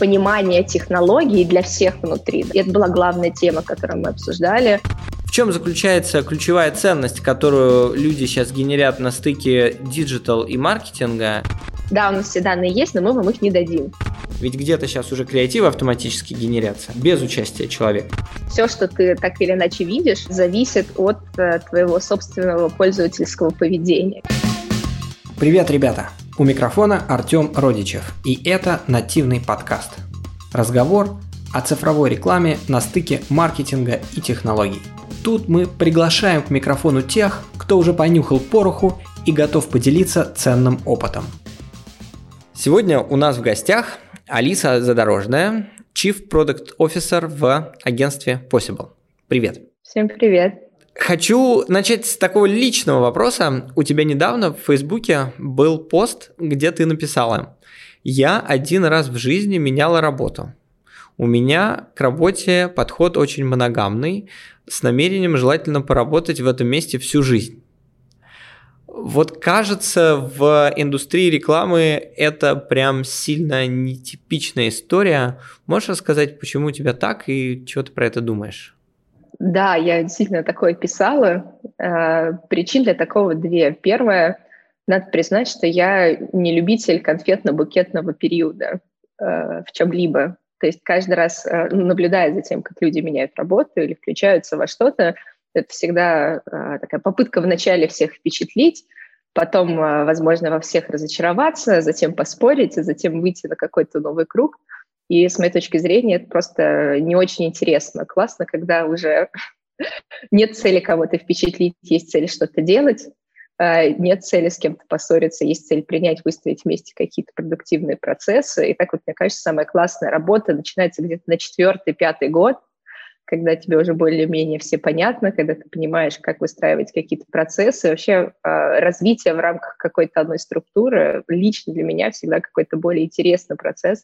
понимание технологий для всех внутри. И это была главная тема, которую мы обсуждали. В чем заключается ключевая ценность, которую люди сейчас генерят на стыке диджитал и маркетинга? Да, у нас все данные есть, но мы вам их не дадим. Ведь где-то сейчас уже креативы автоматически генерятся, без участия человека. Все, что ты так или иначе видишь, зависит от твоего собственного пользовательского поведения. Привет, ребята! У микрофона Артем Родичев, и это нативный подкаст. Разговор о цифровой рекламе на стыке маркетинга и технологий. Тут мы приглашаем к микрофону тех, кто уже понюхал пороху и готов поделиться ценным опытом. Сегодня у нас в гостях Алиса Задорожная, Chief Product Officer в агентстве Possible. Привет. Всем привет. Хочу начать с такого личного вопроса. У тебя недавно в Фейсбуке был пост, где ты написала: «Я один раз в жизни меняла работу. У меня к работе подход очень моногамный, с намерением желательно поработать в этом месте всю жизнь». Вот кажется, в индустрии рекламы это прям сильно нетипичная история. Можешь рассказать, почему у тебя так и что ты про это думаешь? Да, я действительно такое писала. Причин для такого две. Первое, надо признать, что я не любитель конфетно-букетного периода в чем-либо. То есть каждый раз, наблюдая за тем, как люди меняют работу или включаются во что-то, это всегда такая попытка вначале всех впечатлить, потом, возможно, во всех разочароваться, затем поспорить, а затем выйти на какой-то новый круг. И с моей точки зрения это просто не очень интересно. Классно, когда уже нет цели кого-то впечатлить, есть цель что-то делать, нет цели с кем-то поссориться, есть цель принять, выстроить вместе какие-то продуктивные процессы. И так вот, мне кажется, самая классная работа начинается где-то на 4-5 год, когда тебе уже более-менее все понятно, когда ты понимаешь, как выстраивать какие-то процессы. Вообще развитие в рамках какой-то одной структуры лично для меня всегда какой-то более интересный процесс,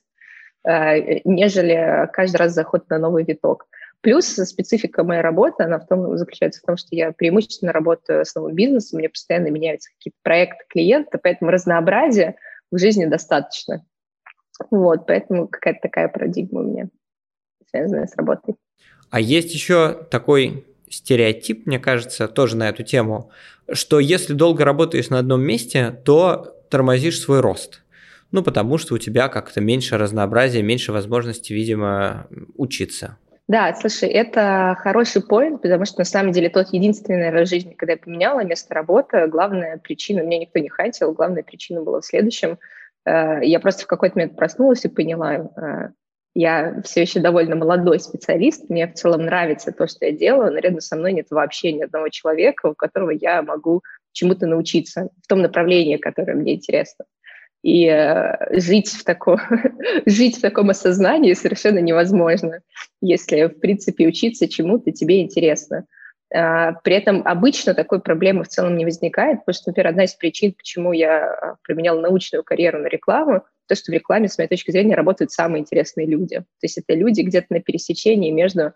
нежели каждый раз заход на новый виток. Плюс специфика моей работы, она заключается в том, что я преимущественно работаю с новым бизнесом, у меня постоянно меняются какие-то проекты клиента, поэтому разнообразия в жизни достаточно. Вот, поэтому какая-то такая парадигма у меня, связанная с работой. А есть еще такой стереотип, мне кажется, тоже на эту тему, что если долго работаешь на одном месте, то тормозишь свой рост. Ну, потому что у тебя как-то меньше разнообразия, меньше возможностей, видимо, учиться. Да, слушай, это хороший поинт, потому что на самом деле тот единственный раз в жизни, когда я поменяла место работы, главная причина, меня никто не хантил, главная причина была в следующем. Я просто в какой-то момент проснулась и поняла, я все еще довольно молодой специалист, мне в целом нравится то, что я делаю, но рядом со мной нет вообще ни одного человека, у которого я могу чему-то научиться в том направлении, которое мне интересно. И жить в таком осознании совершенно невозможно, если, в принципе, учиться чему-то тебе интересно. При этом обычно такой проблемы в целом не возникает, потому что, например, одна из причин, почему я поменяла научную карьеру на рекламу, то, что в рекламе, с моей точки зрения, работают самые интересные люди. То есть это люди где-то на пересечении между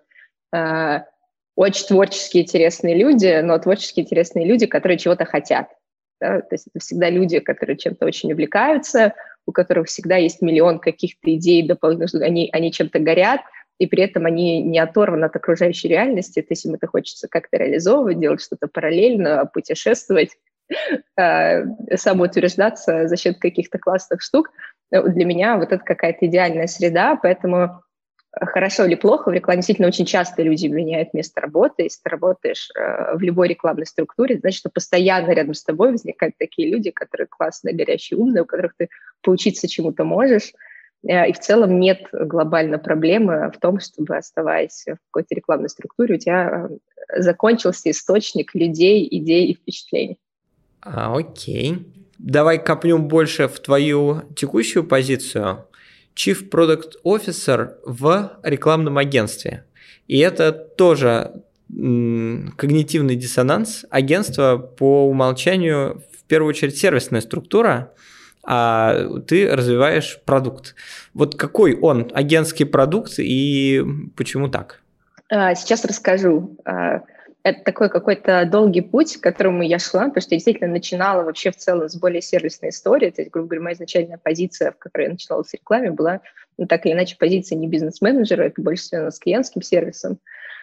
очень творчески интересные люди, но творчески интересные люди, которые чего-то хотят. Да? То есть это всегда люди, которые чем-то очень увлекаются, у которых всегда есть миллион каких-то идей, они чем-то горят, и при этом они не оторваны от окружающей реальности. То есть им это хочется как-то реализовывать, делать что-то параллельно, путешествовать, самоутверждаться за счет каких-то классных штук. Для меня вот это какая-то идеальная среда, поэтому хорошо или плохо, в рекламе действительно очень часто люди меняют место работы. Если ты работаешь в любой рекламной структуре, значит, что постоянно рядом с тобой возникают такие люди, которые классные, горячие, умные, у которых ты поучиться чему-то можешь. И в целом нет глобальной проблемы в том, чтобы, оставаясь в какой-то рекламной структуре, у тебя закончился источник людей, идей и впечатлений. Окей. Давай копнем больше в твою текущую позицию. Chief Product Officer в рекламном агентстве. И это тоже когнитивный диссонанс. Агентство по умолчанию в первую очередь сервисная структура, а ты развиваешь продукт. Вот какой он агентский продукт и почему так? Сейчас расскажу. Это такой какой-то долгий путь, к которому я шла, потому что я действительно начинала вообще в целом с более сервисной истории. То есть, грубо говоря, моя изначальная позиция, в которой я начинала с рекламы, была так или иначе позиция не бизнес-менеджера, это больше связано с клиентским сервисом.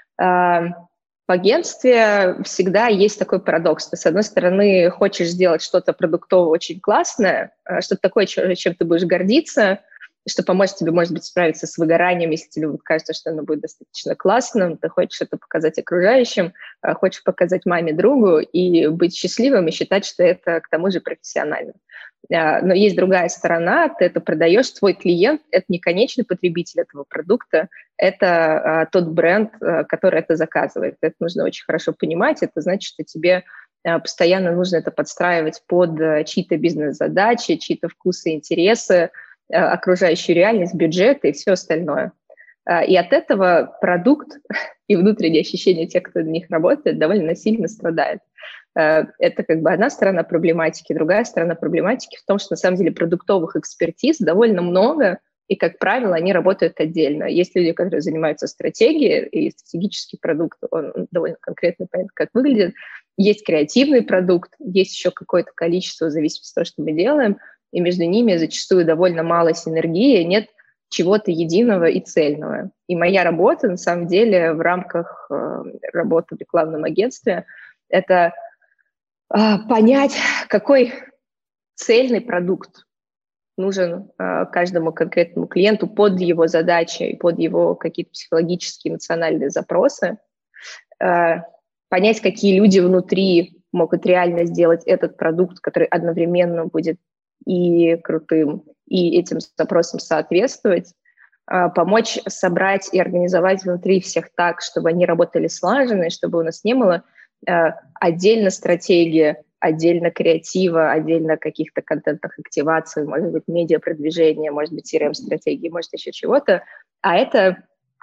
В агентстве всегда есть такой парадокс. Ты, с одной стороны, хочешь сделать что-то продуктовое очень классное, что-то такое, чем ты будешь гордиться, что поможет тебе, может быть, справиться с выгоранием, если тебе кажется, что оно будет достаточно классным, ты хочешь это показать окружающим, хочешь показать маме, другу и быть счастливым и считать, что это к тому же профессионально. Но есть другая сторона, ты это продаешь, твой клиент – это не конечный потребитель этого продукта, это тот бренд, который это заказывает. Это нужно очень хорошо понимать, это значит, что тебе постоянно нужно это подстраивать под чьи-то бизнес-задачи, чьи-то вкусы и интересы, окружающую реальность, бюджеты и все остальное. И от этого продукт и внутреннее ощущение тех, кто на них работает, довольно сильно страдает. Это как бы одна сторона проблематики. Другая сторона проблематики в том, что на самом деле продуктовых экспертиз довольно много, и, как правило, они работают отдельно. Есть люди, которые занимаются стратегией, и стратегический продукт, он довольно конкретно понятно, как выглядит. Есть креативный продукт, есть еще какое-то количество, в зависимости от того, что мы делаем, и между ними зачастую довольно мало синергии, нет чего-то единого и цельного. И моя работа, на самом деле, в рамках работы в рекламном агентстве, это понять, какой цельный продукт нужен каждому конкретному клиенту под его задачи и под его какие-то психологические, эмоциональные запросы, понять, какие люди внутри могут реально сделать этот продукт, который одновременно будет и крутым, и этим запросам соответствовать, помочь собрать и организовать внутри всех так, чтобы они работали слаженно, и чтобы у нас не было отдельно стратегии, отдельно креатива, отдельно каких-то контентных активаций, может быть, медиапродвижения, может быть, CRM-стратегии, может, еще чего-то. А это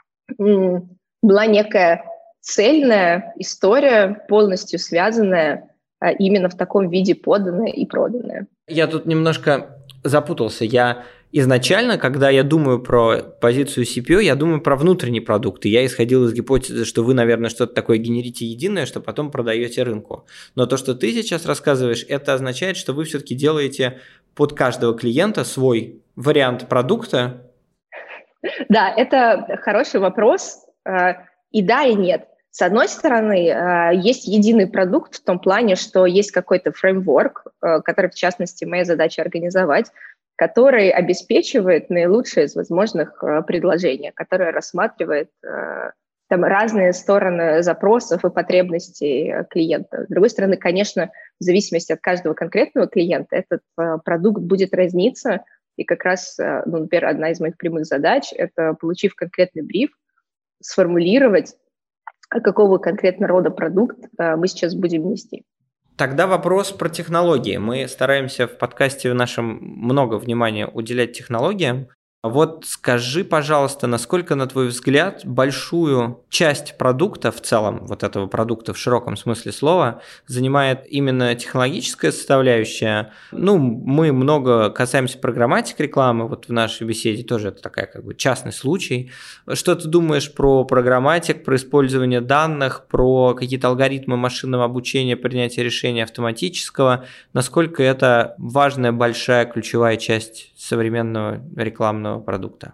была некая цельная история, полностью связанная, именно в таком виде поданная и проданная. Я тут немножко запутался. Я изначально, когда я думаю про позицию CPO, я думаю про внутренний продукт. И я исходил из гипотезы, что вы, наверное, что-то такое генерите единое, что потом продаете рынку. Но то, что ты сейчас рассказываешь, это означает, что вы все-таки делаете под каждого клиента свой вариант продукта. Да, это хороший вопрос. И да, и нет. С одной стороны, есть единый продукт в том плане, что есть какой-то фреймворк, который, в частности, моя задача организовать, который обеспечивает наилучшие из возможных предложений, который рассматривает там разные стороны запросов и потребностей клиента. С другой стороны, конечно, в зависимости от каждого конкретного клиента этот продукт будет разниться, и как раз, например, одна из моих прямых задач – это, получив конкретный бриф, сформулировать, какого конкретно рода продукт мы сейчас будем нести. Тогда вопрос про технологии. Мы стараемся в подкасте нашем много внимания уделять технологиям. Вот скажи, пожалуйста, насколько, на твой взгляд, большую часть продукта в целом, вот этого продукта в широком смысле слова, занимает именно технологическая составляющая? Мы много касаемся программатик рекламы, вот в нашей беседе тоже это такая как бы частный случай. Что ты думаешь про программатик, про использование данных, про какие-то алгоритмы машинного обучения, принятия решения автоматического? Насколько это важная, большая, ключевая часть современного рекламного продукта?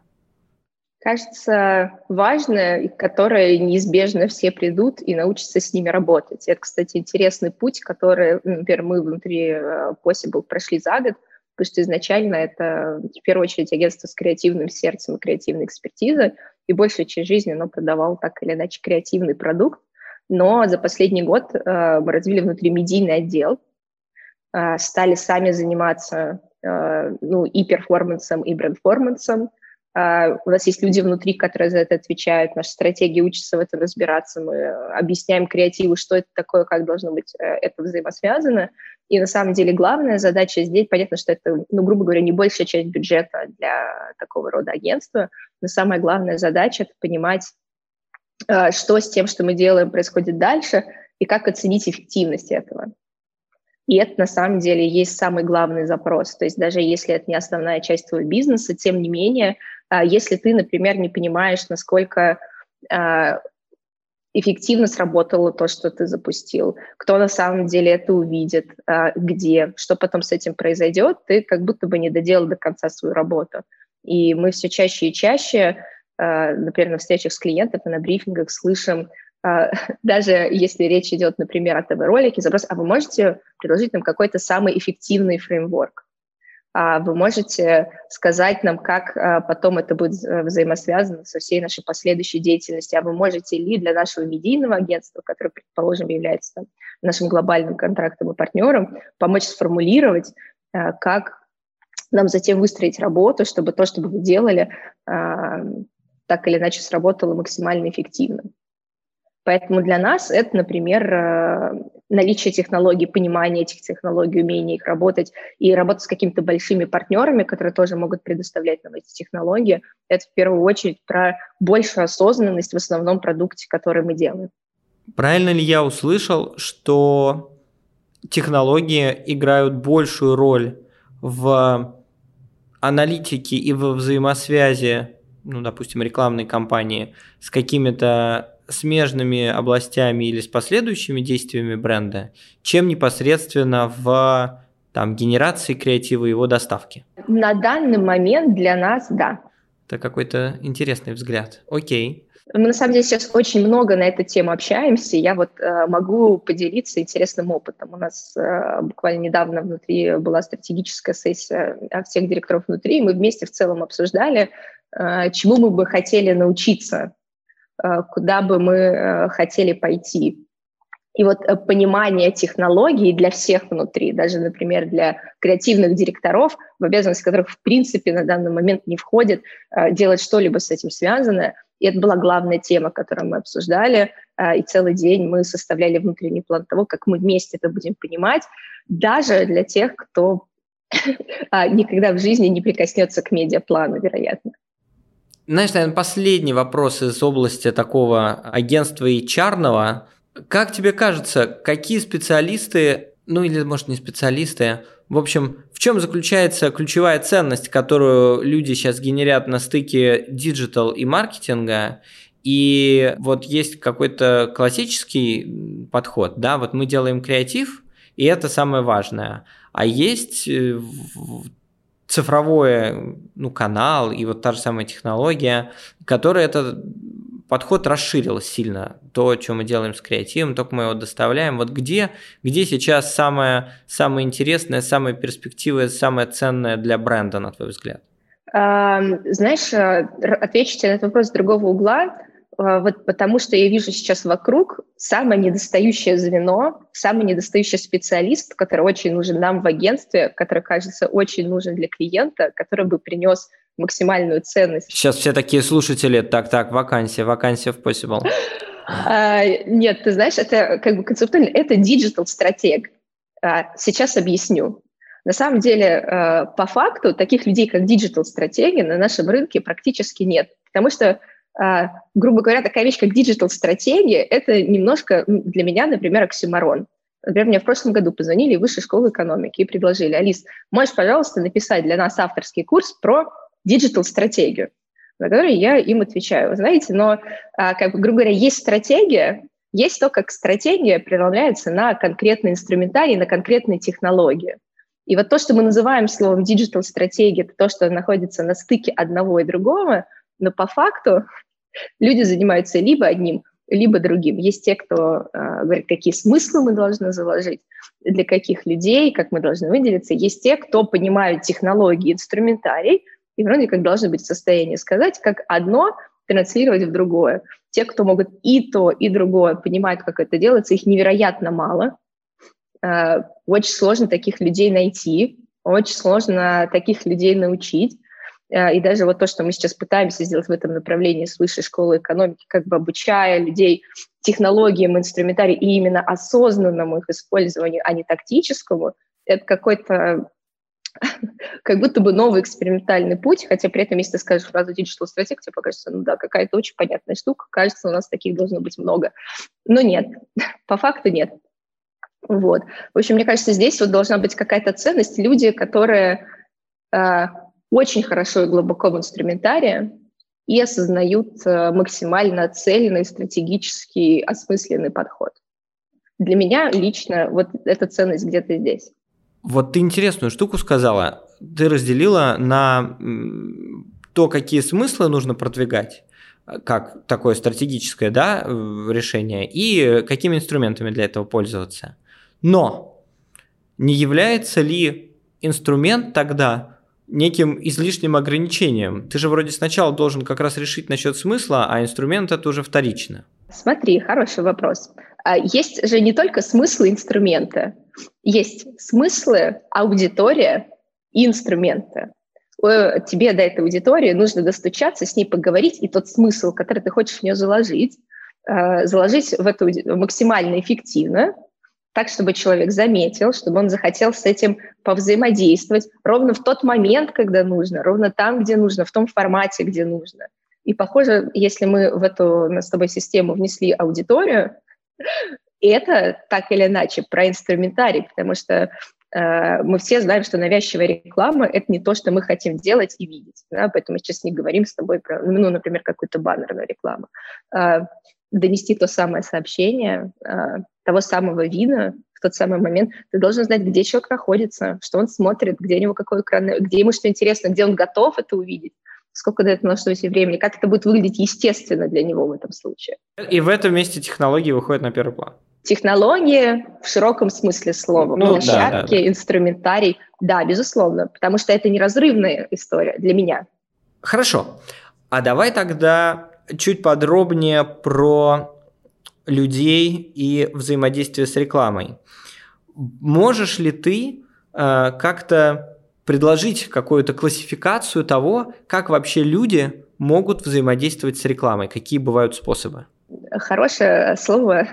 Кажется, важное, которое неизбежно все придут и научатся с ними работать. Это, кстати, интересный путь, который, например, мы внутри Possible прошли за год, потому что изначально это, в первую очередь, агентство с креативным сердцем и креативной экспертизой, и большую часть жизни оно продавало так или иначе креативный продукт. Но за последний год мы развили внутри медийный отдел, стали сами заниматься и перформансом, и брендформансом. У нас есть люди внутри, которые за это отвечают. Наша стратегия учится в этом разбираться. Мы объясняем креативу, что это такое, как должно быть это взаимосвязано. И на самом деле главная задача здесь, понятно, что это, грубо говоря, не большая часть бюджета для такого рода агентства, но самая главная задача – это понимать, что с тем, что мы делаем, происходит дальше, и как оценить эффективность этого. И это, на самом деле, есть самый главный запрос. То есть даже если это не основная часть твоего бизнеса, тем не менее, если ты, например, не понимаешь, насколько эффективно сработало то, что ты запустил, кто на самом деле это увидит, где, что потом с этим произойдет, ты как будто бы не доделал до конца свою работу. И мы все чаще и чаще, например, на встречах с клиентами, на брифингах слышим, даже если речь идет, например, о ТВ-ролике, запрос, а вы можете предложить нам какой-то самый эффективный фреймворк? Вы можете сказать нам, как потом это будет взаимосвязано со всей нашей последующей деятельностью, а вы можете ли для нашего медийного агентства, которое, предположим, является там нашим глобальным контрактом и партнером, помочь сформулировать, как нам затем выстроить работу, чтобы то, что вы делали, так или иначе сработало максимально эффективно. Поэтому для нас это, например, наличие технологий, понимание этих технологий, умение их работать и работать с какими-то большими партнерами, которые тоже могут предоставлять нам эти технологии. Это в первую очередь про большую осознанность в основном продукте, который мы делаем. Правильно ли я услышал, что технологии играют большую роль в аналитике и во взаимосвязи, допустим, рекламной кампании с какими-то смежными областями или с последующими действиями бренда, чем непосредственно в генерации креатива и его доставки? На данный момент для нас, да. Это какой-то интересный взгляд. Окей. Мы, на самом деле, сейчас очень много на эту тему общаемся. Я могу поделиться интересным опытом. У нас буквально недавно внутри была стратегическая сессия всех директоров внутри, и мы вместе в целом обсуждали, чему мы бы хотели научиться, куда бы мы хотели пойти. И понимание технологий для всех внутри, даже, например, для креативных директоров, в обязанности которых, в принципе, на данный момент не входит делать что-либо с этим связанное. И это была главная тема, которую мы обсуждали, и целый день мы составляли внутренний план того, как мы вместе это будем понимать, даже для тех, кто никогда в жизни не прикоснется к медиаплану, вероятно. Знаешь, наверное, последний вопрос из области такого агентства HR-ного. Как тебе кажется, какие специалисты, или, может, не специалисты, в общем, в чем заключается ключевая ценность, которую люди сейчас генерят на стыке диджитал и маркетинга? И есть какой-то классический подход, да, мы делаем креатив, и это самое важное. А есть цифровой канал и та же самая технология, которая этот подход расширил сильно. То, что мы делаем с креативом, только мы его доставляем. Где сейчас самое интересное, самое перспективное, самое ценное для бренда, на твой взгляд? Знаешь, отвечу тебе на этот вопрос с другого угла. Потому что я вижу сейчас вокруг самое недостающее звено, самый недостающий специалист, который очень нужен нам в агентстве, который, кажется, очень нужен для клиента, который бы принес максимальную ценность. Сейчас все такие слушатели, вакансия в Possible. Нет, ты знаешь, это концептуально, это диджитал-стратег. Сейчас объясню. На самом деле, по факту, таких людей, как диджитал-стратеги, на нашем рынке практически нет, потому что грубо говоря, такая вещь, как диджитал-стратегия, это немножко для меня, например, оксюморон. Например, мне в прошлом году позвонили из Высшей школы экономики и предложили: Алис, можешь, пожалуйста, написать для нас авторский курс про диджитал-стратегию? На который я им отвечаю: вы знаете, но, грубо говоря, есть стратегия, есть то, как стратегия преломляется на конкретный инструментарий, на конкретные технологии. И то, что мы называем словом диджитал-стратегия, это то, что находится на стыке одного и другого, но по факту люди занимаются либо одним, либо другим. Есть те, кто говорит, какие смыслы мы должны заложить, для каких людей, как мы должны выделиться. Есть те, кто понимают технологии, инструментарий, и вроде как должны быть в состоянии сказать, как одно транслировать в другое. Те, кто могут и то, и другое, понимают, как это делается, их невероятно мало. Очень сложно таких людей найти, очень сложно таких людей научить. И даже то, что мы сейчас пытаемся сделать в этом направлении с Высшей школы экономики, обучая людей технологиям, инструментарию и именно осознанному их использованию, а не тактическому, это какой-то как будто бы новый экспериментальный путь, хотя при этом, если ты скажешь фразу «диджитал-стратег», тебе покажется, какая-то очень понятная штука, кажется, у нас таких должно быть много. Но нет, по факту нет. В общем, мне кажется, здесь должна быть какая-то ценность. Люди, которые очень хорошо и глубоко в инструментарии и осознают максимально цельный, стратегический, осмысленный подход. Для меня лично эта ценность где-то здесь. Ты интересную штуку сказала. ты разделила на то, какие смыслы нужно продвигать, как такое стратегическое, да, решение, и какими инструментами для этого пользоваться. Но не является ли инструмент тогда неким излишним ограничением? Ты же вроде сначала должен как раз решить насчет смысла, а инструмент это уже вторично. Смотри, хороший вопрос. Есть же не только смыслы инструмента, есть смыслы, аудитория и инструменты. Тебе до этой аудитории нужно достучаться, с ней поговорить, и тот смысл, который ты хочешь в нее заложить в эту максимально эффективно, так, чтобы человек заметил, чтобы он захотел с этим повзаимодействовать ровно в тот момент, когда нужно, ровно там, где нужно, в том формате, где нужно. И, похоже, если мы в эту с тобой систему внесли аудиторию, это так или иначе про инструментарий, потому что мы все знаем, что навязчивая реклама – это не то, что мы хотим делать и видеть. Да? Поэтому мы сейчас не говорим с тобой про, например, какую-то баннерную рекламу. Донести то самое сообщение того самого вида в тот самый момент. Ты должен знать, где человек находится, что он смотрит, где у него какой экран, где ему что интересно, где он готов это увидеть, сколько дает на что времени, как это будет выглядеть естественно для него в этом случае. И в этом месте технологии выходят на первый план. Технологии в широком смысле слова, площадки, инструментарий, да, безусловно, потому что это неразрывная история для меня. Хорошо, а давай тогда чуть подробнее про людей и взаимодействие с рекламой. Можешь ли ты как-то предложить какую-то классификацию того, как вообще люди могут взаимодействовать с рекламой? Какие бывают способы? Хорошее слово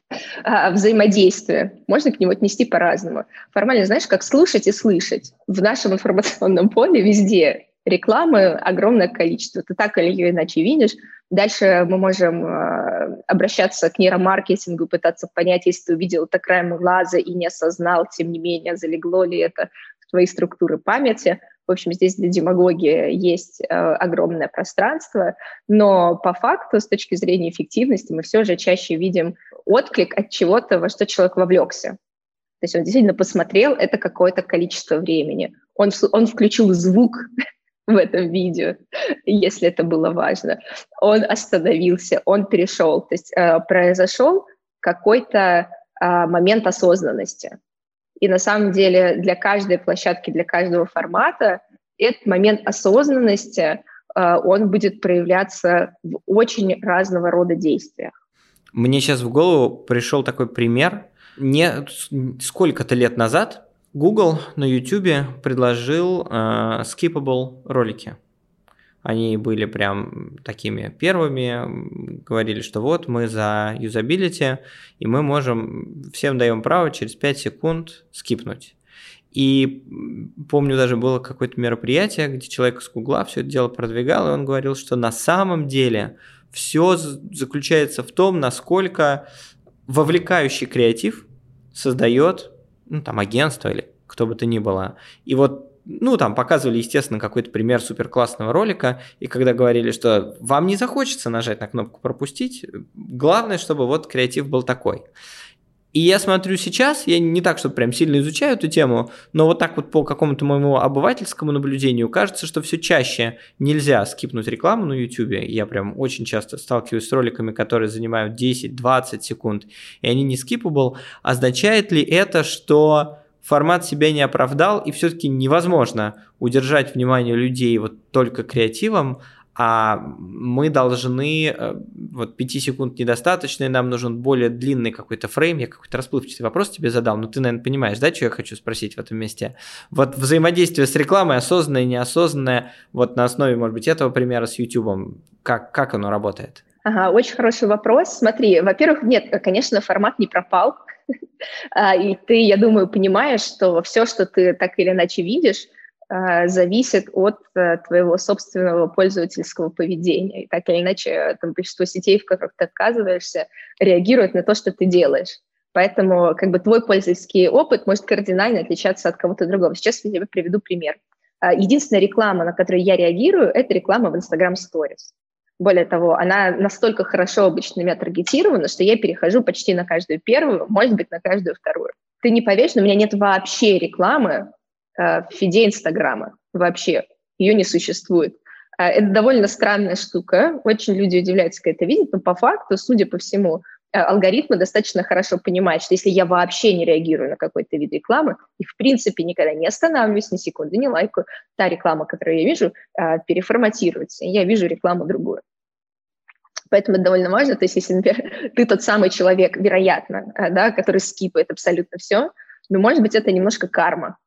взаимодействие. Можно к нему отнести по-разному. Формально, знаешь, как слушать и слышать. В нашем информационном поле везде рекламы огромное количество. Ты так или иначе видишь. Дальше мы можем обращаться к нейромаркетингу, пытаться понять, если ты увидел это краем глаза и не осознал, тем не менее, залегло ли это в твои структуры памяти. В общем, здесь для демагогии есть огромное пространство, но по факту, с точки зрения эффективности, мы все же чаще видим отклик от чего-то, во что человек вовлекся. То есть он действительно посмотрел это какое-то количество времени. Он включил звук в этом видео, если это было важно. Он остановился, он перешел. То есть произошел какой-то момент осознанности. И на самом деле для каждой площадки, для каждого формата этот момент осознанности, он будет проявляться в очень разного рода действиях. Мне сейчас в голову пришел такой пример. Сколько-то лет назад Google на YouTube предложил skippable ролики. Они были прям такими первыми, говорили, что вот мы за юзабилити, и мы всем даем право через 5 секунд скипнуть. И помню, даже было какое-то мероприятие, где человек из Гугла все это дело продвигал, и он говорил, что на самом деле все заключается в том, насколько вовлекающий креатив создает агентство или кто бы то ни было. И вот там показывали, естественно, какой-то пример суперклассного ролика, и когда говорили, что вам не захочется нажать на кнопку «Пропустить», главное, чтобы вот креатив был такой. И я смотрю сейчас, я не так, что прям сильно изучаю эту тему, но вот так вот по какому-то моему обывательскому наблюдению кажется, что все чаще нельзя скипнуть рекламу на YouTube. Я прям очень часто сталкиваюсь с роликами, которые занимают 10-20 секунд, и они не skipable. Означает ли это, что формат себя не оправдал, и все-таки невозможно удержать внимание людей вот только креативом, а мы должны, 5 секунд недостаточно, и нам нужен более длинный какой-то фрейм. Я какой-то расплывчатый вопрос тебе задал, но ты, наверное, понимаешь, да, что я хочу спросить в этом месте? Вот взаимодействие с рекламой, осознанное, неосознанное, вот на основе, может быть, этого примера с YouTube, как оно работает? Ага, очень хороший вопрос. Смотри, во-первых, нет, конечно, формат не пропал. И ты, я думаю, понимаешь, что все, что ты так или иначе видишь, зависит от твоего собственного пользовательского поведения. И так или иначе, большинство сетей, в которых ты оказываешься, реагируют на то, что ты делаешь. Поэтому твой пользовательский опыт может кардинально отличаться от кого-то другого. Сейчас я тебе приведу пример. Единственная реклама, на которую я реагирую, это реклама в Instagram Stories. Более того, она настолько хорошо обычно меня таргетирована, что я перехожу почти на каждую первую, может быть, на каждую вторую. Ты не поверишь, но у меня нет вообще рекламы в фиде Инстаграма вообще. Ее не существует. Это довольно странная штука. Очень люди удивляются, когда это видят, но по факту, судя по всему, алгоритмы достаточно хорошо понимают, что если я вообще не реагирую на какой-то вид рекламы и, в принципе, никогда не останавливаюсь ни секунды, не лайкаю, та реклама, которую я вижу, переформатируется, и я вижу рекламу другую. Поэтому это довольно важно. То есть если, например, ты тот самый человек, вероятно, да, который скипает абсолютно все, но, может быть, это немножко карма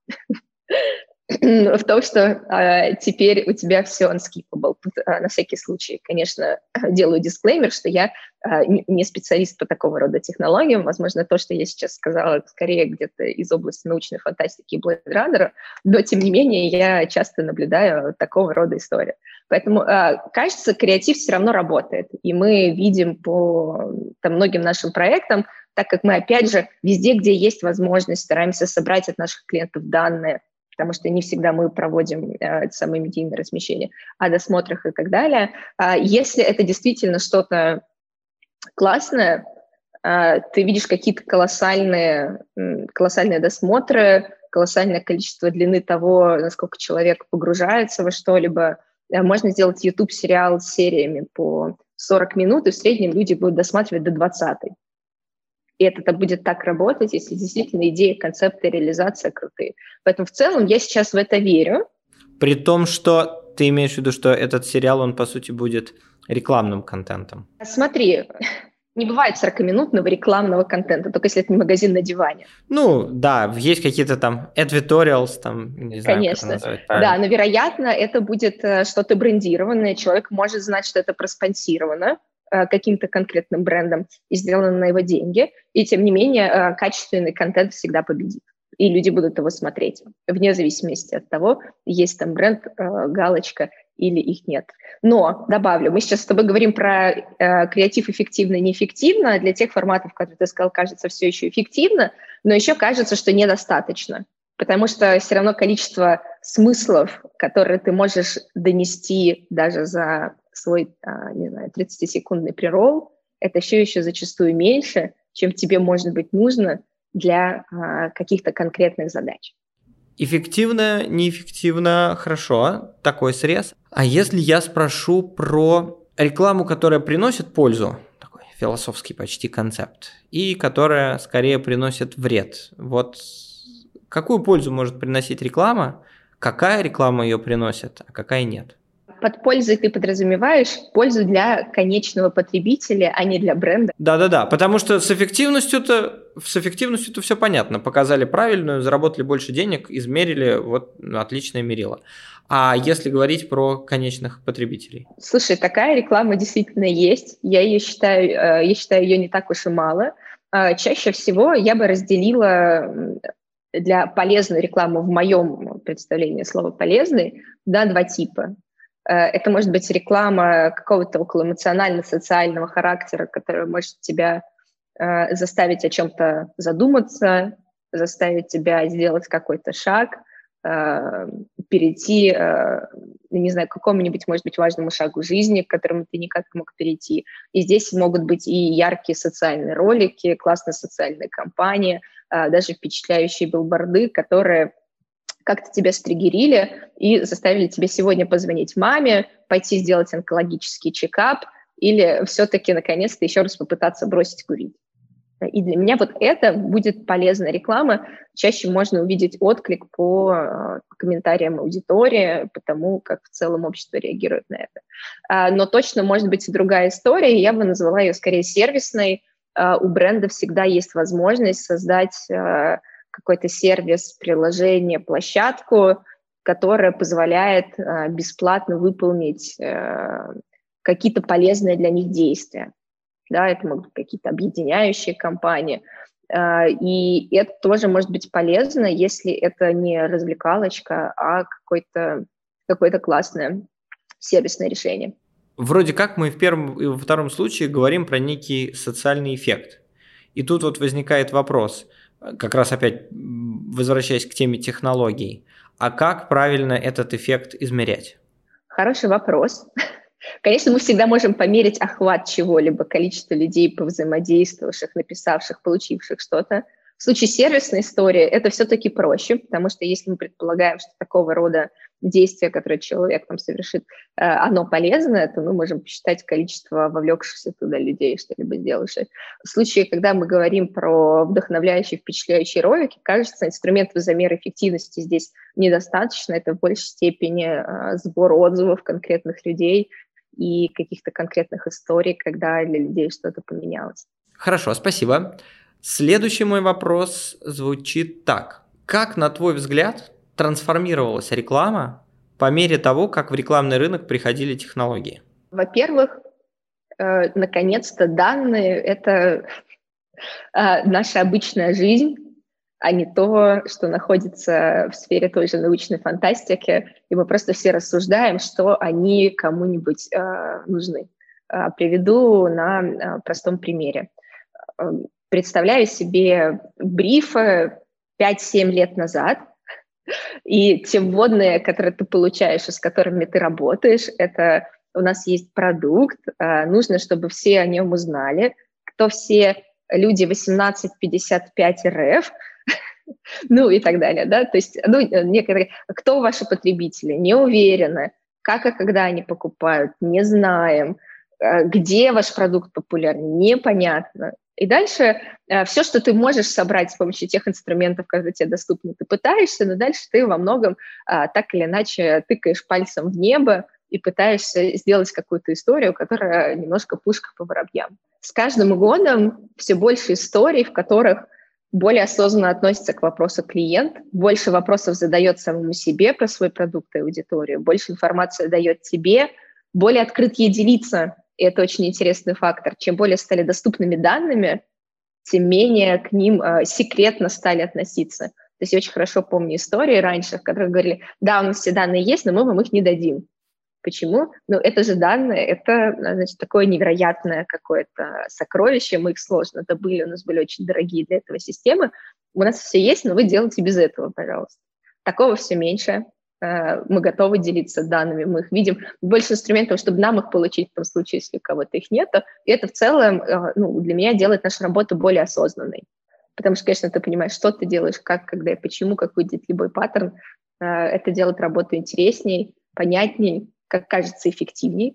в том, что теперь у тебя все unskippable. Тут, на всякий случай, конечно, делаю дисклеймер, что я не специалист по такого рода технологиям. Возможно, то, что я сейчас сказала, скорее где-то из области научной фантастики и Blade Runner, но, тем не менее, я часто наблюдаю такого рода истории. Поэтому, кажется, креатив все равно работает. И мы видим по многим нашим проектам, так как мы, опять же, везде, где есть возможность, стараемся собрать от наших клиентов данные, потому что не всегда мы проводим самое медийное размещение, о досмотрах и так далее. Если это действительно что-то классное, ты видишь какие-то колоссальные досмотры, колоссальное количество длины того, насколько человек погружается во что-либо. Можно сделать YouTube-сериал с сериями по 40 минут, и в среднем люди будут досматривать до 20-й. И это будет так работать, если действительно идея, концепты, реализация крутые. Поэтому в целом я сейчас в это верю. При том, что ты имеешь в виду, что этот сериал, он по сути будет рекламным контентом? Смотри, не бывает 40-минутного рекламного контента, только если это не магазин на диване. Ну, да, есть какие-то там advertorials, там, не знаю, конечно, как это назвать. Да, но, вероятно, это будет что-то брендированное, человек может знать, что это проспонсировано каким-то конкретным брендом и сделано на его деньги, и, тем не менее, качественный контент всегда победит, и люди будут его смотреть, вне зависимости от того, есть там бренд, галочка или их нет. Но, добавлю, мы сейчас с тобой говорим про креатив эффективно и неэффективно. Для тех форматов, которые ты сказал, кажется все еще эффективно, но еще кажется, что недостаточно, потому что все равно количество смыслов, которые ты можешь донести даже за свой, не знаю, 30-секундный преролл, это еще зачастую меньше, чем тебе, может быть, нужно для каких-то конкретных задач. Эффективно, неэффективно, хорошо, такой срез. А если я спрошу про рекламу, которая приносит пользу, такой философский почти концепт, и которая скорее приносит вред, вот какую пользу может приносить реклама, какая реклама ее приносит, а какая нет? Под пользой ты подразумеваешь пользу для конечного потребителя, а не для бренда. Да, потому что с эффективностью-то все понятно. Показали правильную, заработали больше денег, измерили, вот отличное мерило. А если говорить про конечных потребителей? Слушай, такая реклама действительно есть. Я считаю ее не так уж и мало. Чаще всего я бы разделила для полезной рекламы в моем представлении слова «полезный» на два типа. Это может быть реклама какого-то околоэмоционально-социального характера, которая может тебя заставить о чем-то задуматься, заставить тебя сделать какой-то шаг, перейти, не знаю, к какому-нибудь, может быть, важному шагу жизни, к которому ты никак не мог перейти. И здесь могут быть и яркие социальные ролики, классные социальные кампании, даже впечатляющие билборды, которые как-то тебя стригерили и заставили тебя сегодня позвонить маме, пойти сделать онкологический чекап или все-таки, наконец-то, еще раз попытаться бросить курить. И для меня вот это будет полезная реклама. Чаще можно увидеть отклик по комментариям аудитории, по тому, как в целом общество реагирует на это. Но точно может быть и другая история, я бы назвала ее скорее сервисной. У бренда всегда есть возможность создать какой-то сервис, приложение, площадку, которая позволяет бесплатно выполнить какие-то полезные для них действия. Да, это могут быть какие-то объединяющие кампании. И это тоже может быть полезно, если это не развлекалочка, а какое-то классное сервисное решение. Вроде как мы в первом и во втором случае говорим про некий социальный эффект. И тут вот возникает вопрос, как раз опять возвращаясь к теме технологий, а как правильно этот эффект измерять? Хороший вопрос. Конечно, мы всегда можем померить охват чего-либо, количество людей, повзаимодействовавших, написавших, получивших что-то. В случае сервисной истории это все-таки проще, потому что если мы предполагаем, что такого рода действие, которое человек там совершит, оно полезное, то мы можем посчитать количество вовлекшихся туда людей, что-либо сделавших. В случае, когда мы говорим про вдохновляющие, впечатляющие ролики, кажется, инструментов замера эффективности здесь недостаточно. Это в большей степени сбор отзывов конкретных людей и каких-то конкретных историй, когда для людей что-то поменялось. Хорошо, спасибо. Следующий мой вопрос звучит так. Как, на твой взгляд, трансформировалась реклама по мере того, как в рекламный рынок приходили технологии? Во-первых, наконец-то данные – это наша обычная жизнь, а не то, что находится в сфере той же научной фантастики, и мы просто все рассуждаем, что они кому-нибудь нужны. Приведу на простом примере. Представляю себе брифы 5-7 лет назад, и те вводные, которые ты получаешь и с которыми ты работаешь, это у нас есть продукт, нужно, чтобы все о нем узнали, кто все люди 18-55 РФ, ну и так далее, да, то есть, некоторые, кто ваши потребители, не уверены, как и когда они покупают, не знаем, где ваш продукт популярен, непонятно. И дальше все, что ты можешь собрать с помощью тех инструментов, которые тебе доступны, ты пытаешься, но дальше ты во многом так или иначе тыкаешь пальцем в небо и пытаешься сделать какую-то историю, которая немножко пушка по воробьям. С каждым годом все больше историй, в которых более осознанно относится к вопросу клиент, больше вопросов задает самому себе про свой продукт и аудиторию, больше информации дает тебе, более открыт ей делиться. И это очень интересный фактор. Чем более стали доступными данными, тем менее к ним секретно стали относиться. То есть я очень хорошо помню истории раньше, в которых говорили, да, у нас все данные есть, но мы вам их не дадим. Почему? Ну, это же данные, это, значит, такое невероятное какое-то сокровище, мы их сложно добыли, у нас были очень дорогие для этого системы. У нас все есть, но вы делайте без этого, пожалуйста. Такого все меньше. Мы готовы делиться данными, мы их видим. Больше инструментов, чтобы нам их получить в том случае, если у кого-то их нету. И это в целом для меня делает нашу работу более осознанной. Потому что, конечно, ты понимаешь, что ты делаешь, как, когда и почему, как выйдет любой паттерн. Это делает работу интересней, понятней, как кажется, эффективней.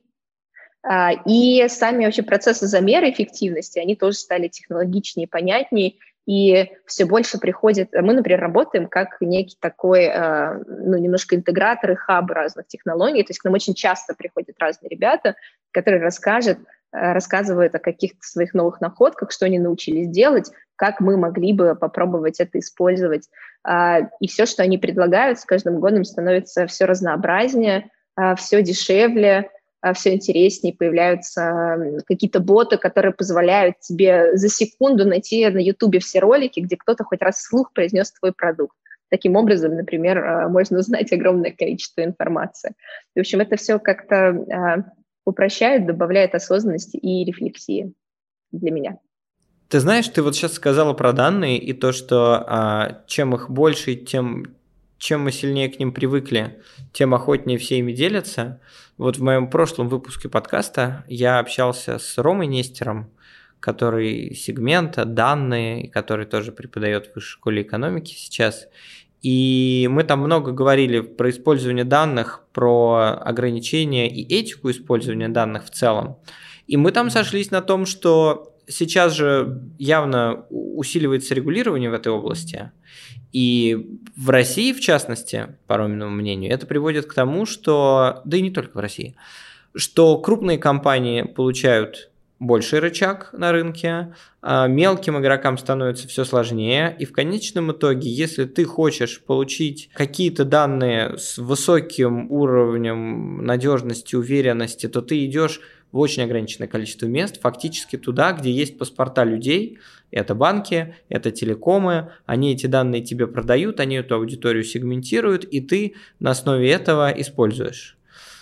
И сами вообще процессы замера эффективности, они тоже стали технологичнее, понятнее, и все больше приходит... Мы, например, работаем как некий такой, немножко интегратор и хаб разных технологий, то есть к нам очень часто приходят разные ребята, которые рассказывают о каких-то своих новых находках, что они научились делать, как мы могли бы попробовать это использовать. И все, что они предлагают, с каждым годом становится все разнообразнее, все дешевле, все интереснее, появляются какие-то боты, которые позволяют тебе за секунду найти на Ютубе все ролики, где кто-то хоть раз вслух произнес твой продукт. Таким образом, например, можно узнать огромное количество информации. В общем, это все как-то упрощает, добавляет осознанности и рефлексии для меня. Ты знаешь, ты вот сейчас сказала про данные и то, что чем их больше, чем мы сильнее к ним привыкли, тем охотнее все ими делятся. Вот в моем прошлом выпуске подкаста я общался с Ромой Нестером, который сегмента, данные, который тоже преподает в Высшей школе экономики сейчас. И мы там много говорили про использование данных, про ограничения и этику использования данных в целом. И мы там сошлись на том, что сейчас же явно усиливается регулирование в этой области. И в России, в частности, по Роминому мнению, это приводит к тому, что, да и не только в России, что крупные компании получают больший рычаг на рынке, мелким игрокам становится все сложнее, и в конечном итоге, если ты хочешь получить какие-то данные с высоким уровнем надежности, уверенности, то ты идешь в очень ограниченное количество мест, фактически туда, где есть паспорта людей. Это банки, это телекомы, они эти данные тебе продают, они эту аудиторию сегментируют, и ты на основе этого используешь.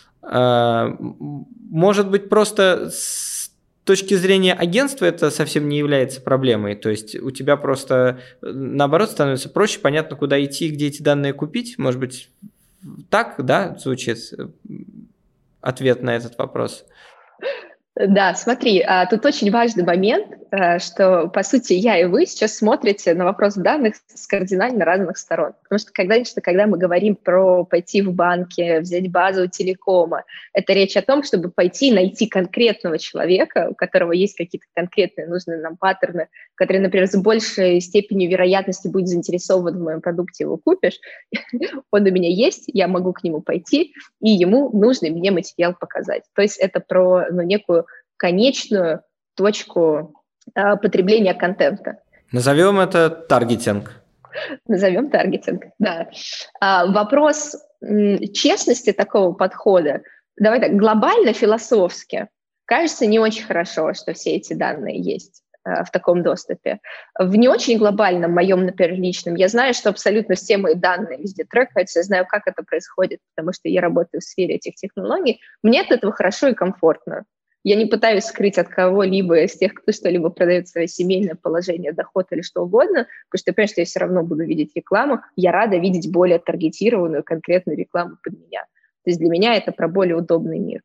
Может быть, просто с точки зрения агентства это совсем не является проблемой, то есть у тебя просто, наоборот, становится проще, понятно, куда идти, где эти данные купить. Может быть, так, да, звучит ответ на этот вопрос? Да, смотри, тут очень важный момент, что, по сути, я и вы сейчас смотрите на вопрос данных с кардинально разных сторон. Потому что когда мы говорим про пойти в банки, взять базу у телекома, это речь о том, чтобы пойти и найти конкретного человека, у которого есть какие-то конкретные нужные нам паттерны, который, например, с большей степенью вероятности будет заинтересован в моем продукте, его купишь. Он у меня есть, я могу к нему пойти, и ему нужный мне материал показать. То есть это про некую конечную точку потребления контента. Назовем это таргетинг. Назовем таргетинг, да. Вопрос честности такого подхода, давай так, глобально, философски, кажется не очень хорошо, что все эти данные есть в таком доступе. В не очень глобальном, моем, например, личном, я знаю, что абсолютно все мои данные везде трекаются, я знаю, как это происходит, потому что я работаю в сфере этих технологий. Мне от этого хорошо и комфортно. Я не пытаюсь скрыть от кого-либо из тех, кто что-либо продает свое семейное положение, доход или что угодно, потому что я понимаю, что я все равно буду видеть рекламу. Я рада видеть более таргетированную, конкретную рекламу под меня. То есть для меня это про более удобный мир.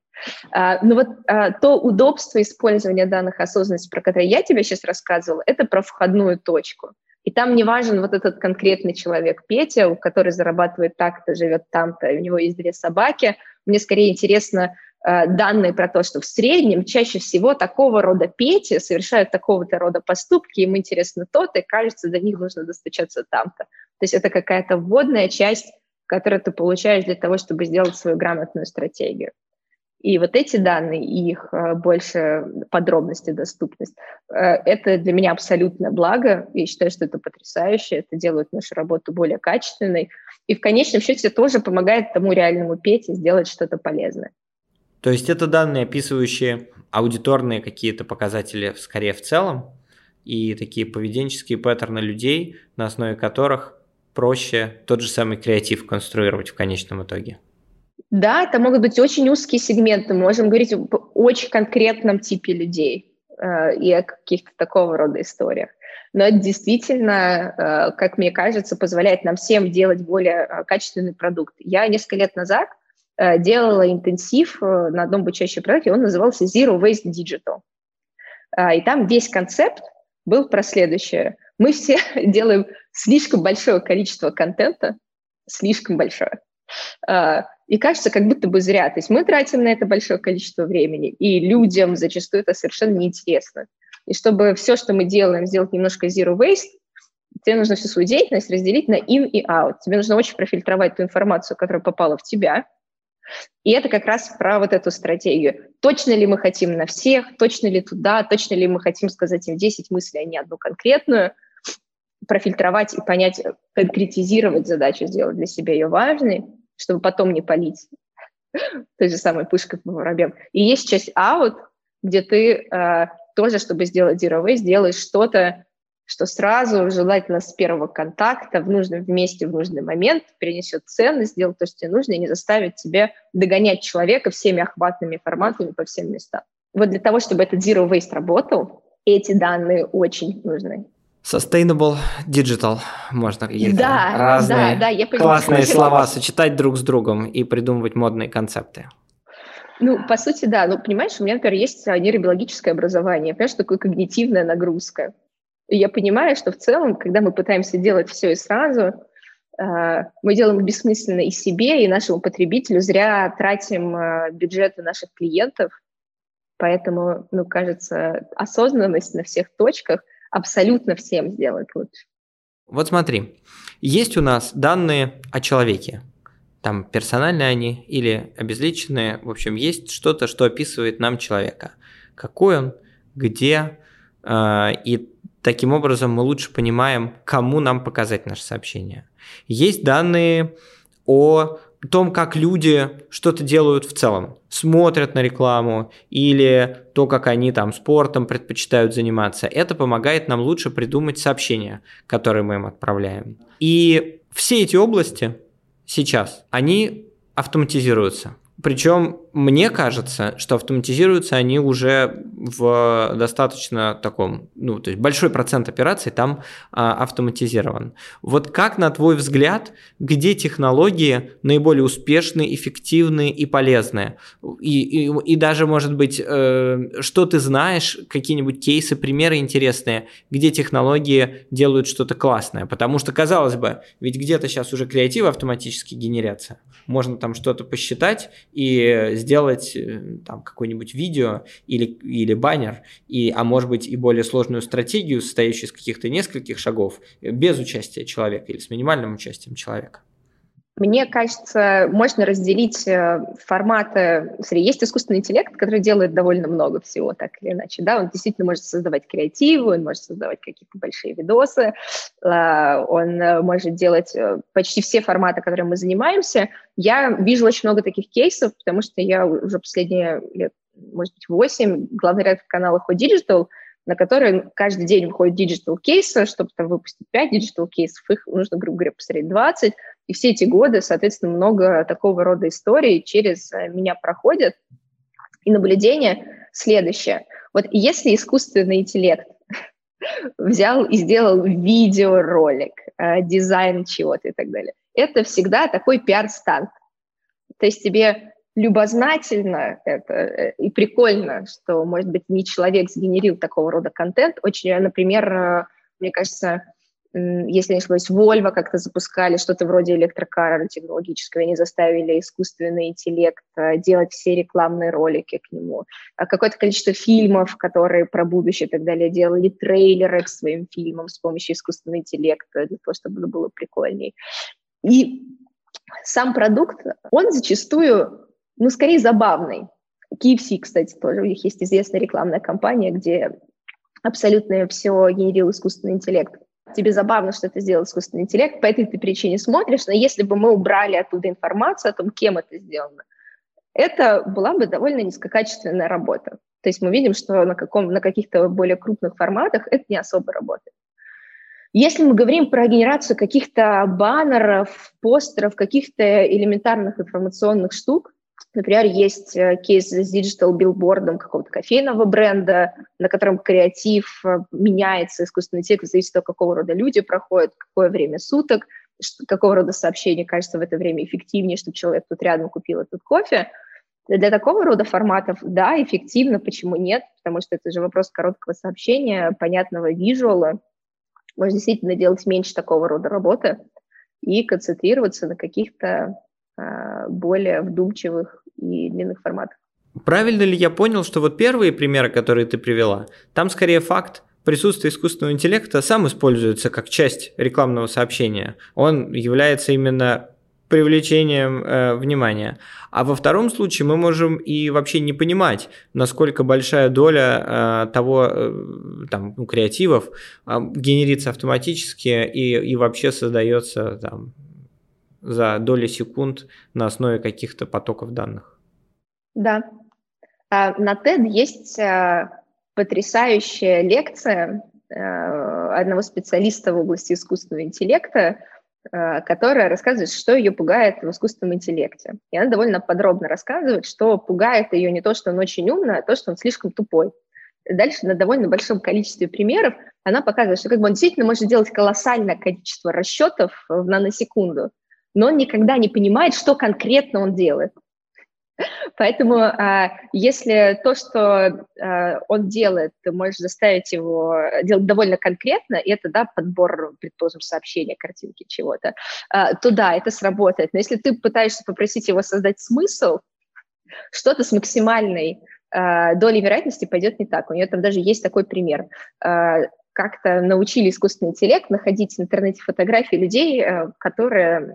То удобство использования данных осознанности, про которое я тебе сейчас рассказывала, это про входную точку. И там не важен вот этот конкретный человек Петя, который зарабатывает так-то, живет там-то, у него есть 2 собаки. Мне скорее интересно данные про то, что в среднем чаще всего такого рода Пети совершают такого-то рода поступки, им интересно то-то, и кажется, до них нужно достучаться там-то. То есть это какая-то вводная часть, которую ты получаешь для того, чтобы сделать свою грамотную стратегию. И вот эти данные, и их больше подробности, доступность, это для меня абсолютное благо. Я считаю, что это потрясающе, это делает нашу работу более качественной. И в конечном счете тоже помогает тому реальному Пете сделать что-то полезное. То есть это данные, описывающие аудиторные какие-то показатели скорее в целом, и такие поведенческие паттерны людей, на основе которых проще тот же самый креатив конструировать в конечном итоге. Да, это могут быть очень узкие сегменты. Мы можем говорить об очень конкретном типе людей и о каких-то такого рода историях. Но это действительно, как мне кажется, позволяет нам всем делать более качественный продукт. Я несколько лет назад делала интенсив на одном обучающем проекте, он назывался Zero Waste Digital. И там весь концепт был про следующее. Мы все делаем слишком большое количество контента, слишком большое. И кажется, как будто бы зря. То есть мы тратим на это большое количество времени, и людям зачастую это совершенно неинтересно. И чтобы все, что мы делаем, сделать немножко zero waste, тебе нужно всю свою деятельность разделить на in и out. Тебе нужно очень профильтровать ту информацию, которая попала в тебя. И это как раз про вот эту стратегию. Точно ли мы хотим на всех, точно ли туда, точно ли мы хотим сказать им 10 мыслей, а не одну конкретную, профильтровать и понять, конкретизировать задачу, сделать для себя ее важной, чтобы потом не палить той же самой пушкой по воробьям. И есть часть out, где ты тоже, чтобы сделать zero waste, делаешь что-то, что сразу, желательно с первого контакта, в нужном месте, в нужный момент принесет ценность, сделает то, что тебе нужно, и не заставит тебя догонять человека всеми охватными форматами по всем местам. Вот для того, чтобы этот zero waste работал, эти данные очень нужны. Sustainable Digital. Можно какие-то разные я понимаю, классные слова сочетать друг с другом и придумывать модные концепты. По сути, да. Понимаешь, у меня, например, есть нейробиологическое образование. Понимаешь, что такое когнитивная нагрузка. И я понимаю, что в целом, когда мы пытаемся делать все и сразу, мы делаем бессмысленно и себе, и нашему потребителю, зря тратим бюджеты наших клиентов. Поэтому, кажется, осознанность на всех точках абсолютно всем сделает лучше. Вот смотри, есть у нас данные о человеке. Там персональные они или обезличенные. В общем, есть что-то, что описывает нам человека. Какой он, где, и таким образом мы лучше понимаем, кому нам показать наше сообщение. Есть данные о том, как люди что-то делают в целом, смотрят на рекламу или то, как они там спортом предпочитают заниматься. Это помогает нам лучше придумать сообщения, которые мы им отправляем. И все эти области сейчас, они автоматизируются. Причем мне кажется, что автоматизируются они уже в достаточно таком, то есть большой процент операций там автоматизирован. Вот как, на твой взгляд, где технологии наиболее успешные, эффективные и полезные? И даже, может быть, что ты знаешь, какие-нибудь кейсы, примеры интересные, где технологии делают что-то классное? Потому что, казалось бы, ведь где-то сейчас уже креативы автоматически генерятся. Можно там что-то посчитать и сделать там какое-нибудь видео или баннер, а может быть и более сложную стратегию, состоящую из каких-то нескольких шагов, без участия человека или с минимальным участием человека. Мне кажется, можно разделить форматы. Есть искусственный интеллект, который делает довольно много всего, так или иначе. Да? Он действительно может создавать креативы, он может создавать какие-то большие видосы, он может делать почти все форматы, которыми мы занимаемся. Я вижу очень много таких кейсов, потому что я уже последние лет, может быть, 8 главный редактор канала Hot Digital, на который каждый день выходят диджитал-кейсы, чтобы там выпустить 5 диджитал-кейсов, их нужно, грубо говоря, посмотреть 20. И все эти годы, соответственно, много такого рода историй через меня проходят. И наблюдение следующее. Вот если искусственный интеллект взял и сделал видеоролик, дизайн чего-то и так далее, это всегда такой пиар-стант. То есть тебе любознательно это и прикольно, что, может быть, не человек сгенерил такого рода контент. Очень, например, мне кажется, если не ошибаюсь, Volvo как-то запускали что-то вроде электрокара технологического, они заставили искусственный интеллект делать все рекламные ролики к нему. Какое-то количество фильмов, которые про будущее и так далее, делали трейлеры к своим фильмам с помощью искусственного интеллекта, для того, чтобы это было прикольней. И сам продукт, он зачастую, скорее забавный. KFC, кстати, тоже, у них есть известная рекламная кампания, где абсолютно все генерил искусственный интеллект. Тебе забавно, что это сделал искусственный интеллект, по этой причине смотришь, но если бы мы убрали оттуда информацию о том, кем это сделано, это была бы довольно низкокачественная работа. То есть мы видим, что на каких-то более крупных форматах это не особо работает. Если мы говорим про генерацию каких-то баннеров, постеров, каких-то элементарных информационных штук, например, есть кейс с диджитал-билбордом какого-то кофейного бренда, на котором креатив меняется, искусственный интеллект, зависит от того, какого рода люди проходят, какое время суток, какого рода сообщение кажется в это время эффективнее, чтобы человек тут рядом купил этот кофе. Для такого рода форматов, да, эффективно, почему нет? Потому что это же вопрос короткого сообщения, понятного визуала. Можно действительно делать меньше такого рода работы и концентрироваться на каких-то более вдумчивых и длинных форматах. Правильно ли я понял, что вот первые примеры, которые ты привела, там скорее факт присутствия искусственного интеллекта сам используется как часть рекламного сообщения. Он является именно привлечением внимания. А во втором случае мы можем и вообще не понимать, насколько большая доля креативов генерится автоматически и вообще создается за доли секунд на основе каких-то потоков данных. Да. На TED есть потрясающая лекция одного специалиста в области искусственного интеллекта, которая рассказывает, что ее пугает в искусственном интеллекте. И она довольно подробно рассказывает, что пугает ее не то, что он очень умный, а то, что он слишком тупой. Дальше на довольно большом количестве примеров она показывает, что он действительно может делать колоссальное количество расчетов в наносекунду, но он никогда не понимает, что конкретно он делает. Поэтому если то, что он делает, ты можешь заставить его делать довольно конкретно, и это, подбор, предположим, сообщения, картинки, чего-то, то да, это сработает. Но если ты пытаешься попросить его создать смысл, что-то с максимальной долей вероятности пойдет не так. У нее там даже есть такой пример. Как-то научили искусственный интеллект находить в интернете фотографии людей, которые,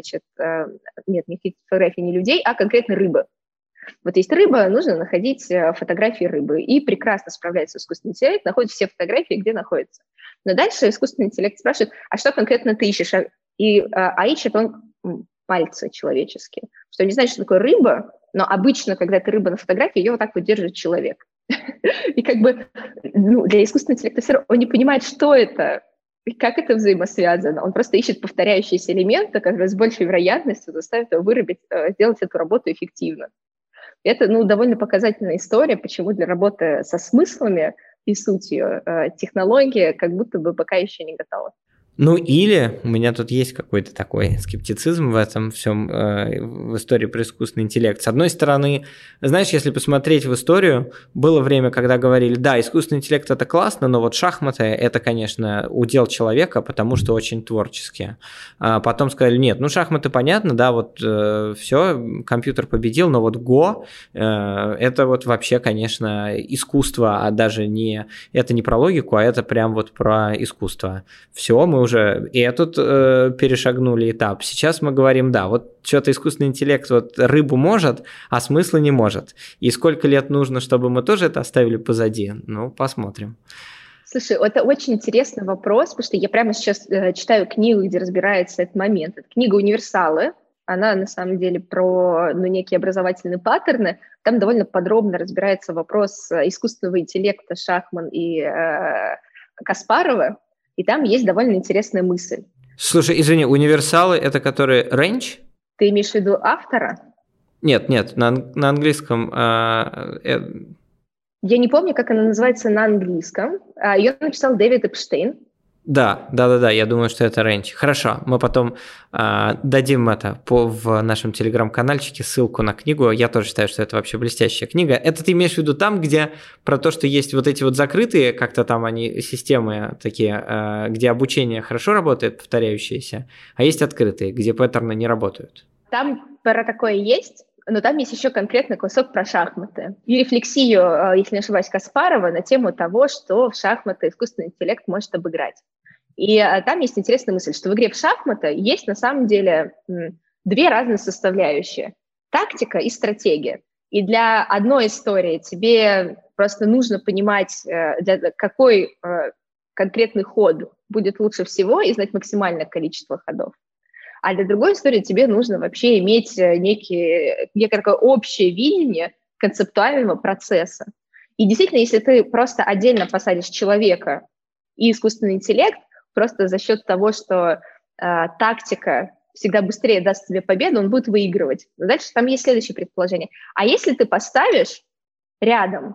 нет, никаких фотографий не людей, а конкретно рыбы. Вот есть рыба, нужно находить фотографии рыбы. И прекрасно справляется искусственный интеллект, находит все фотографии, где находится. Но дальше искусственный интеллект спрашивает, а что конкретно ты ищешь? А ищет он пальцы человеческие. Что не значит, что такое рыба, но обычно, когда это рыба на фотографии, ее вот так вот держит человек. И для искусственного интеллекта все равно он не понимает, что это, и как это взаимосвязано. Он просто ищет повторяющиеся элементы, которые с большей вероятностью заставят его сделать эту работу эффективно. Это, довольно показательная история, почему для работы со смыслами и сутью технология как будто бы пока еще не готова. Или у меня тут есть какой-то такой скептицизм в этом всем, в истории про искусственный интеллект. С одной стороны, знаешь, если посмотреть в историю, было время, когда говорили, да, искусственный интеллект – это классно, но вот шахматы – это, конечно, удел человека, потому что очень творческие. А потом сказали, нет, шахматы понятно, да, вот все, компьютер победил, но вот Го это вот вообще, конечно, искусство, а даже это не про логику, а это прям вот про искусство. Все, мы уже и этот перешагнули этап. Сейчас мы говорим, да, вот что-то искусственный интеллект вот рыбу может, а смысла не может. И сколько лет нужно, чтобы мы тоже это оставили позади? Посмотрим. Слушай, это очень интересный вопрос, потому что я прямо сейчас читаю книгу, где разбирается этот момент. Это книга «Универсалы». Она, на самом деле, про некие образовательные паттерны. Там довольно подробно разбирается вопрос искусственного интеллекта Шахман и Каспарова. И там есть довольно интересная мысль. Слушай, извини, универсалы – это которые range? Ты имеешь в виду автора? Нет, на английском. Я не помню, как она называется на английском. Ее написал Дэвид Эпштейн. Да, я думаю, что это range. Хорошо, мы потом дадим это в нашем телеграм-канальчике, ссылку на книгу. Я тоже считаю, что это вообще блестящая книга. Это ты имеешь в виду там, где про то, что есть вот эти вот закрытые, как-то там они, системы такие, где обучение хорошо работает, повторяющиеся, а есть открытые, где паттерны не работают? Там про такое есть. Но там есть еще конкретно кусок про шахматы. И рефлексию, если не ошибаюсь, Каспарова на тему того, что в шахматы искусственный интеллект может обыграть. И там есть интересная мысль, что в игре в шахматы есть на самом деле две разные составляющие. Тактика и стратегия. И для одной истории тебе просто нужно понимать, какой конкретный ход будет лучше всего и знать максимальное количество ходов. А для другой истории тебе нужно вообще иметь некое такое общее видение концептуального процесса. И действительно, если ты просто отдельно посадишь человека и искусственный интеллект, просто за счет того, что тактика всегда быстрее даст тебе победу, он будет выигрывать. Но дальше там есть следующее предположение. А если ты посадишь рядом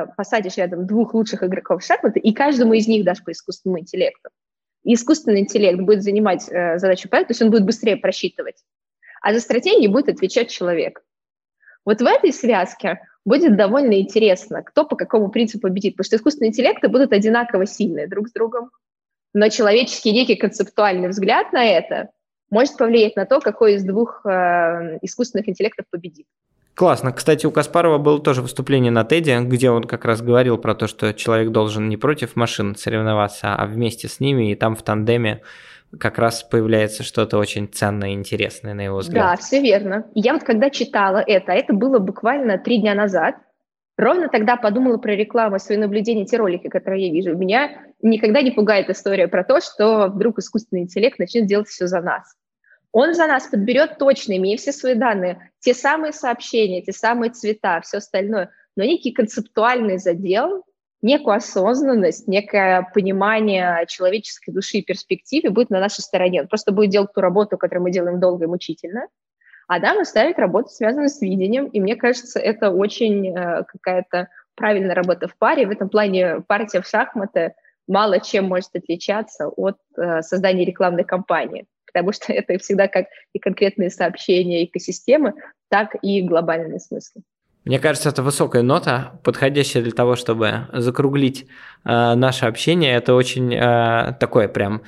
двух лучших игроков в шахматы, и каждому из них дашь по искусственному интеллекту, и искусственный интеллект будет занимать задачу проекта, то есть он будет быстрее просчитывать, а за стратегию будет отвечать человек. Вот в этой связке будет довольно интересно, кто по какому принципу победит, потому что искусственные интеллекты будут одинаково сильные друг с другом, но человеческий некий концептуальный взгляд на это может повлиять на то, какой из двух искусственных интеллектов победит. Классно. Кстати, у Каспарова было тоже выступление на TED, где он как раз говорил про то, что человек должен не против машин соревноваться, а вместе с ними, и там в тандеме как раз появляется что-то очень ценное и интересное, на его взгляд. Да, все верно. Я вот когда читала это было буквально 3 дня назад, ровно тогда подумала про рекламу, свои наблюдения, те ролики, которые я вижу. Меня никогда не пугает история про то, что вдруг искусственный интеллект начнет делать все за нас. Он за нас подберет точно, имея все свои данные, те самые сообщения, те самые цвета, все остальное, но некий концептуальный задел, некую осознанность, некое понимание человеческой души и перспективы будет на нашей стороне. Он просто будет делать ту работу, которую мы делаем долго и мучительно, а нам оставить работу, связанную с видением, и мне кажется, это очень какая-то правильная работа в паре. В этом плане партия в шахматы мало чем может отличаться от создания рекламной кампании, потому что это всегда как и конкретные сообщения экосистемы, так и глобальные смыслы. Мне кажется, это высокая нота, подходящая для того, чтобы закруглить наше общение. Это очень такое прям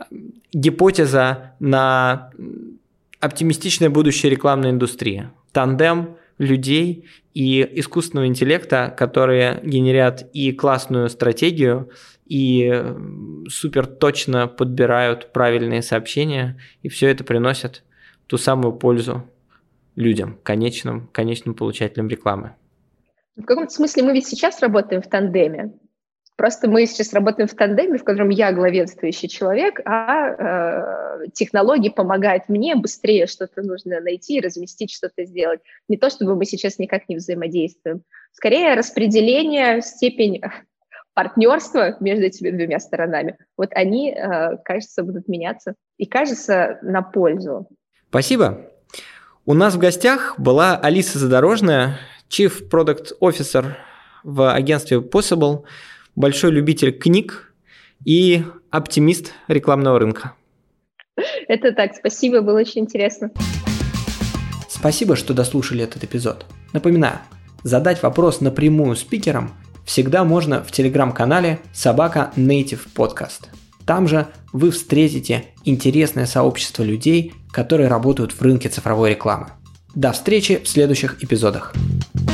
гипотеза на оптимистичное будущее рекламной индустрии. Тандем людей и искусственного интеллекта, которые генерят и классную стратегию, и супер точно подбирают правильные сообщения, и все это приносит ту самую пользу людям, конечным получателям рекламы. В каком-то смысле мы ведь сейчас работаем в тандеме. Просто мы сейчас работаем в тандеме, в котором я главенствующий человек, а технологии помогают мне быстрее что-то нужно найти, разместить, что-то сделать. Не то, чтобы мы сейчас никак не взаимодействуем. Скорее, распределение, степень партнерства между этими двумя сторонами, вот они, кажется, будут меняться. И кажется, на пользу. Спасибо. У нас в гостях была Алиса Задорожная, Chief Product Officer в агентстве Possible, большой любитель книг и оптимист рекламного рынка. Это так, спасибо, было очень интересно. Спасибо, что дослушали этот эпизод. Напоминаю, задать вопрос напрямую спикерам всегда можно в телеграм-канале @Native Podcast. Там же вы встретите интересное сообщество людей, которые работают в рынке цифровой рекламы. До встречи в следующих эпизодах.